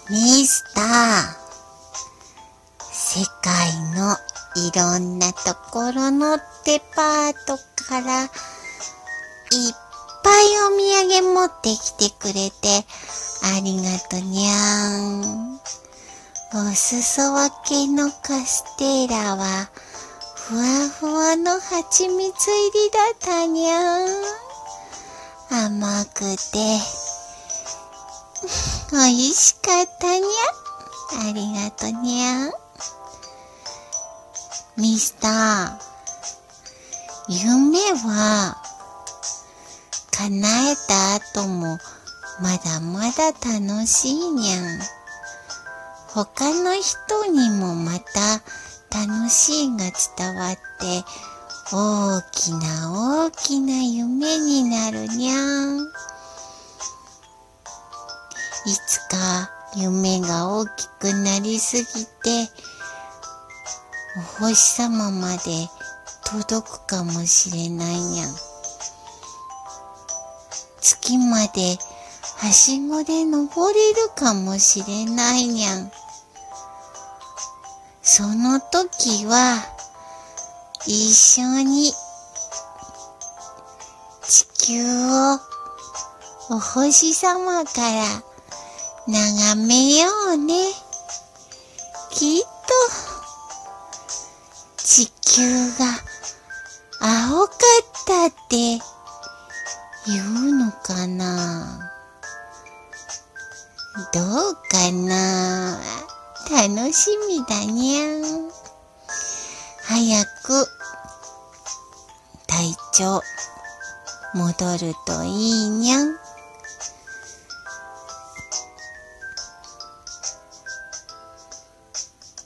ミスター、世界のいろんなところのデパートからいっぱいお土産持ってきてくれてありがとにゃん。お裾分けのカステラはふわふわの蜂蜜入りだったにゃん。甘くて美味しかったにゃ。ありがとにゃ。ミスター、夢は叶えた後もまだまだ楽しいにゃん。他の人にもまた楽しいが伝わって大きな大きな夢になるにゃん。いつか夢が大きくなりすぎてお星様まで届くかもしれないにゃん。月まではしごで登れるかもしれないにゃん。その時は一緒に地球をお星様から眺めようね。きっと地球が青かったって言うのかな。どうかな。楽しみだにゃん。早く体調戻るといいにゃん。